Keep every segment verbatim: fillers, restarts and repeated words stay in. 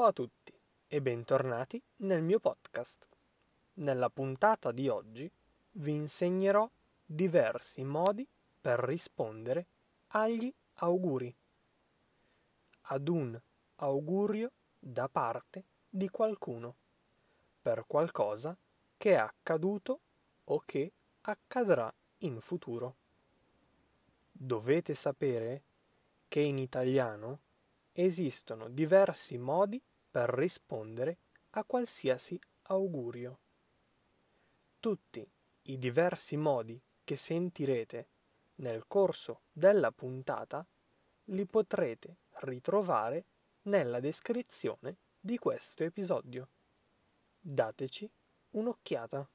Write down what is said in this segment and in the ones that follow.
Ciao a tutti e bentornati nel mio podcast. Nella puntata di oggi vi insegnerò diversi modi per rispondere agli auguri, ad un augurio da parte di qualcuno, per qualcosa che è accaduto o che accadrà in futuro. Dovete sapere che in italiano esistono diversi modi per rispondere a qualsiasi augurio. Tutti i diversi modi che sentirete nel corso della puntata li potrete ritrovare nella descrizione di questo episodio. Dateci un'occhiata.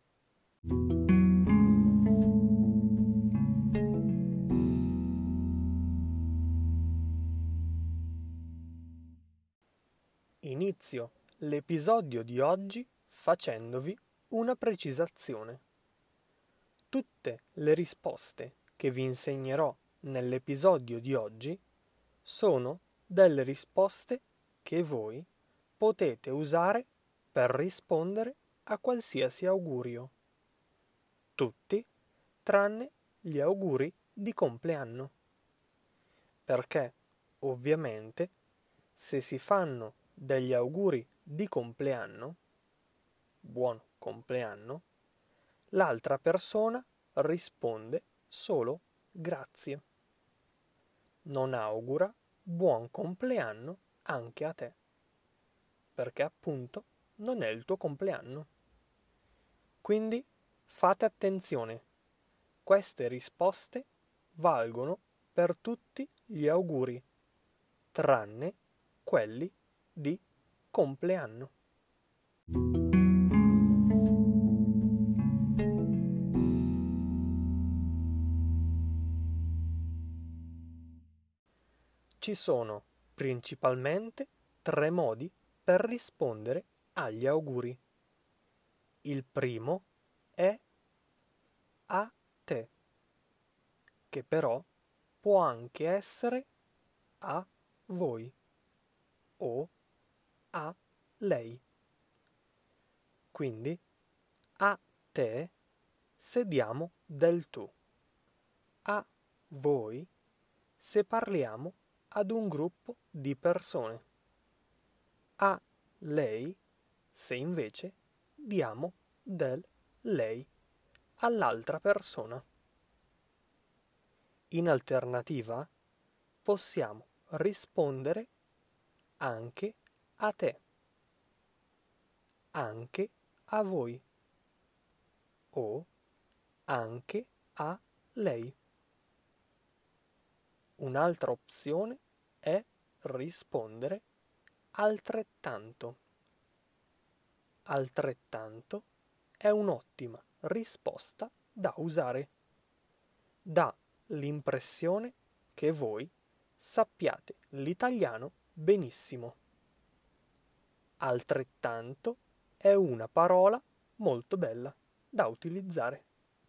Inizio l'episodio di oggi facendovi una precisazione. Tutte le risposte che vi insegnerò nell'episodio di oggi sono delle risposte che voi potete usare per rispondere a qualsiasi augurio. Tutti tranne gli auguri di compleanno. Perché, ovviamente, se si fanno degli auguri di compleanno, buon compleanno, l'altra persona risponde solo grazie. Non augura buon compleanno anche a te, perché appunto non è il tuo compleanno. Quindi fate attenzione, queste risposte valgono per tutti gli auguri, tranne quelli di compleanno. Ci sono principalmente tre modi per rispondere agli auguri. Il primo è a te, che però può anche essere a voi o a lei. Quindi a te se diamo del tu, a voi se parliamo ad un gruppo di persone, a lei se invece diamo del lei all'altra persona. In alternativa possiamo rispondere anche a te, anche a voi o anche a lei. Un'altra opzione è rispondere altrettanto. Altrettanto è un'ottima risposta da usare. Dà l'impressione che voi sappiate l'italiano benissimo. Altrettanto è una parola molto bella da utilizzare.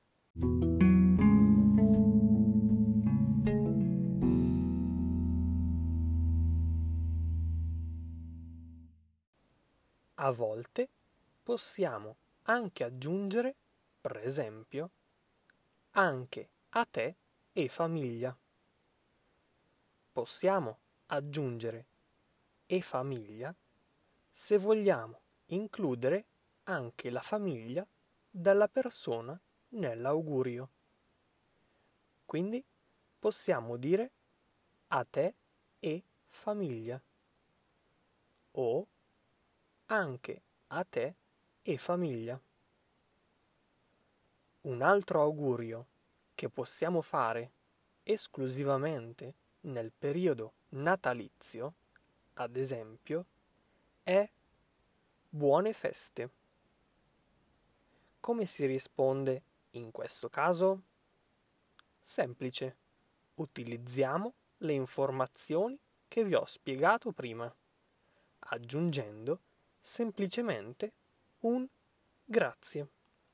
A volte possiamo anche aggiungere, per esempio, anche a te e famiglia. Possiamo aggiungere e famiglia se vogliamo includere anche la famiglia della persona nell'augurio. Quindi possiamo dire a te e famiglia o anche a te e famiglia. Un altro augurio che possiamo fare esclusivamente nel periodo natalizio, ad esempio, è buone feste. Come si risponde in questo caso? Semplice. Utilizziamo le informazioni che vi ho spiegato prima, aggiungendo semplicemente un grazie.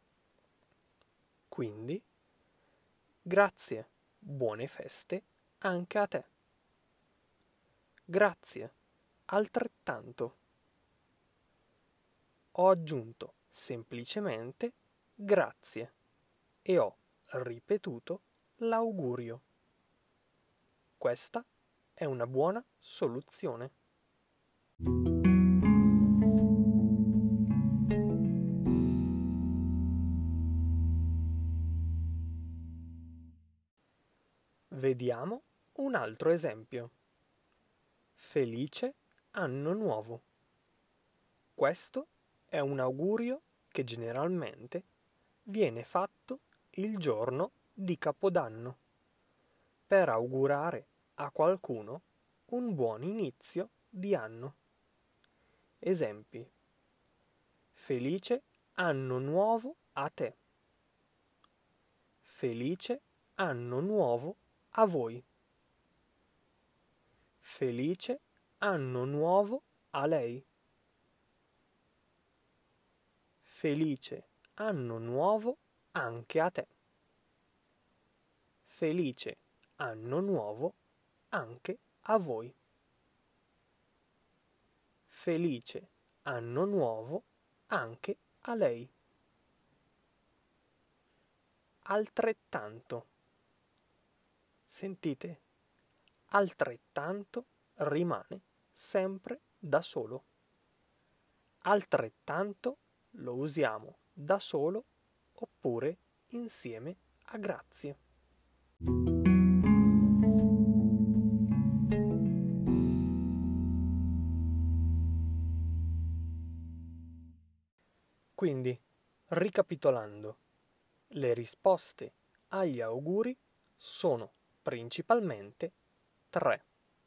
Quindi, grazie, buone feste anche a te. Grazie, altrettanto. ho aggiunto semplicemente grazie e ho ripetuto l'augurio. Questa è una buona soluzione. Vediamo un altro esempio. Felice anno nuovo. Questo è un augurio che generalmente viene fatto il giorno di Capodanno per augurare a qualcuno un buon inizio di anno. Esempi: felice anno nuovo a te. Felice anno nuovo a voi. Felice anno nuovo a lei. Felice anno nuovo anche a te. Felice anno nuovo anche a voi. Felice anno nuovo anche a lei. Altrettanto. Sentite? Altrettanto rimane sempre da solo. Altrettanto lo usiamo da solo oppure insieme a grazie. Quindi, ricapitolando, le risposte agli auguri sono principalmente tre.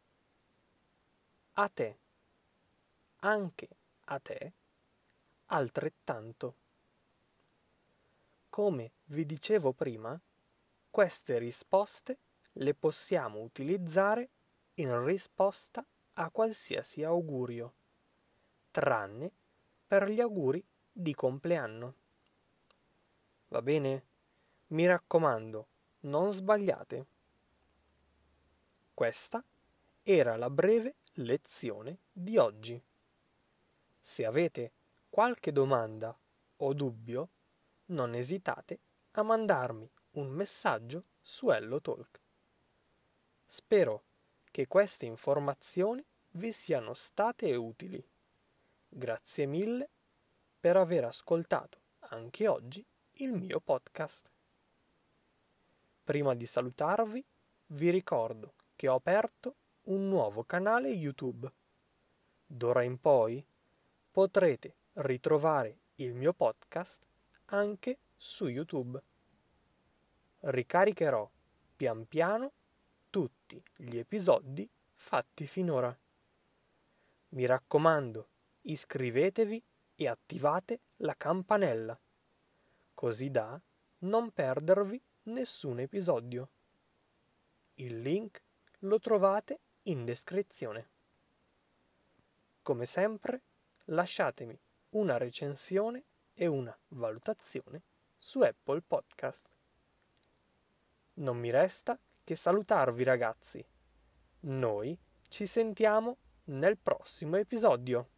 A te, anche a te, altrettanto. Come vi dicevo prima, queste risposte le possiamo utilizzare in risposta a qualsiasi augurio, tranne per gli auguri di compleanno. Va bene? Mi raccomando, non sbagliate. Questa era la breve lezione di oggi. Se avete qualche domanda o dubbio, non esitate a mandarmi un messaggio su HelloTalk. Spero che queste informazioni vi siano state utili. Grazie mille per aver ascoltato anche oggi il mio podcast. Prima di salutarvi, vi ricordo che ho aperto un nuovo canale YouTube. D'ora in poi potrete ritrovare il mio podcast anche su YouTube. Ricaricherò pian piano tutti gli episodi fatti finora. Mi raccomando, iscrivetevi e attivate la campanella, così da non perdervi nessun episodio. Il link lo trovate in descrizione. Come sempre, lasciatemi una recensione e una valutazione su Apple Podcast. Non mi resta che salutarvi, ragazzi. Noi ci sentiamo nel prossimo episodio.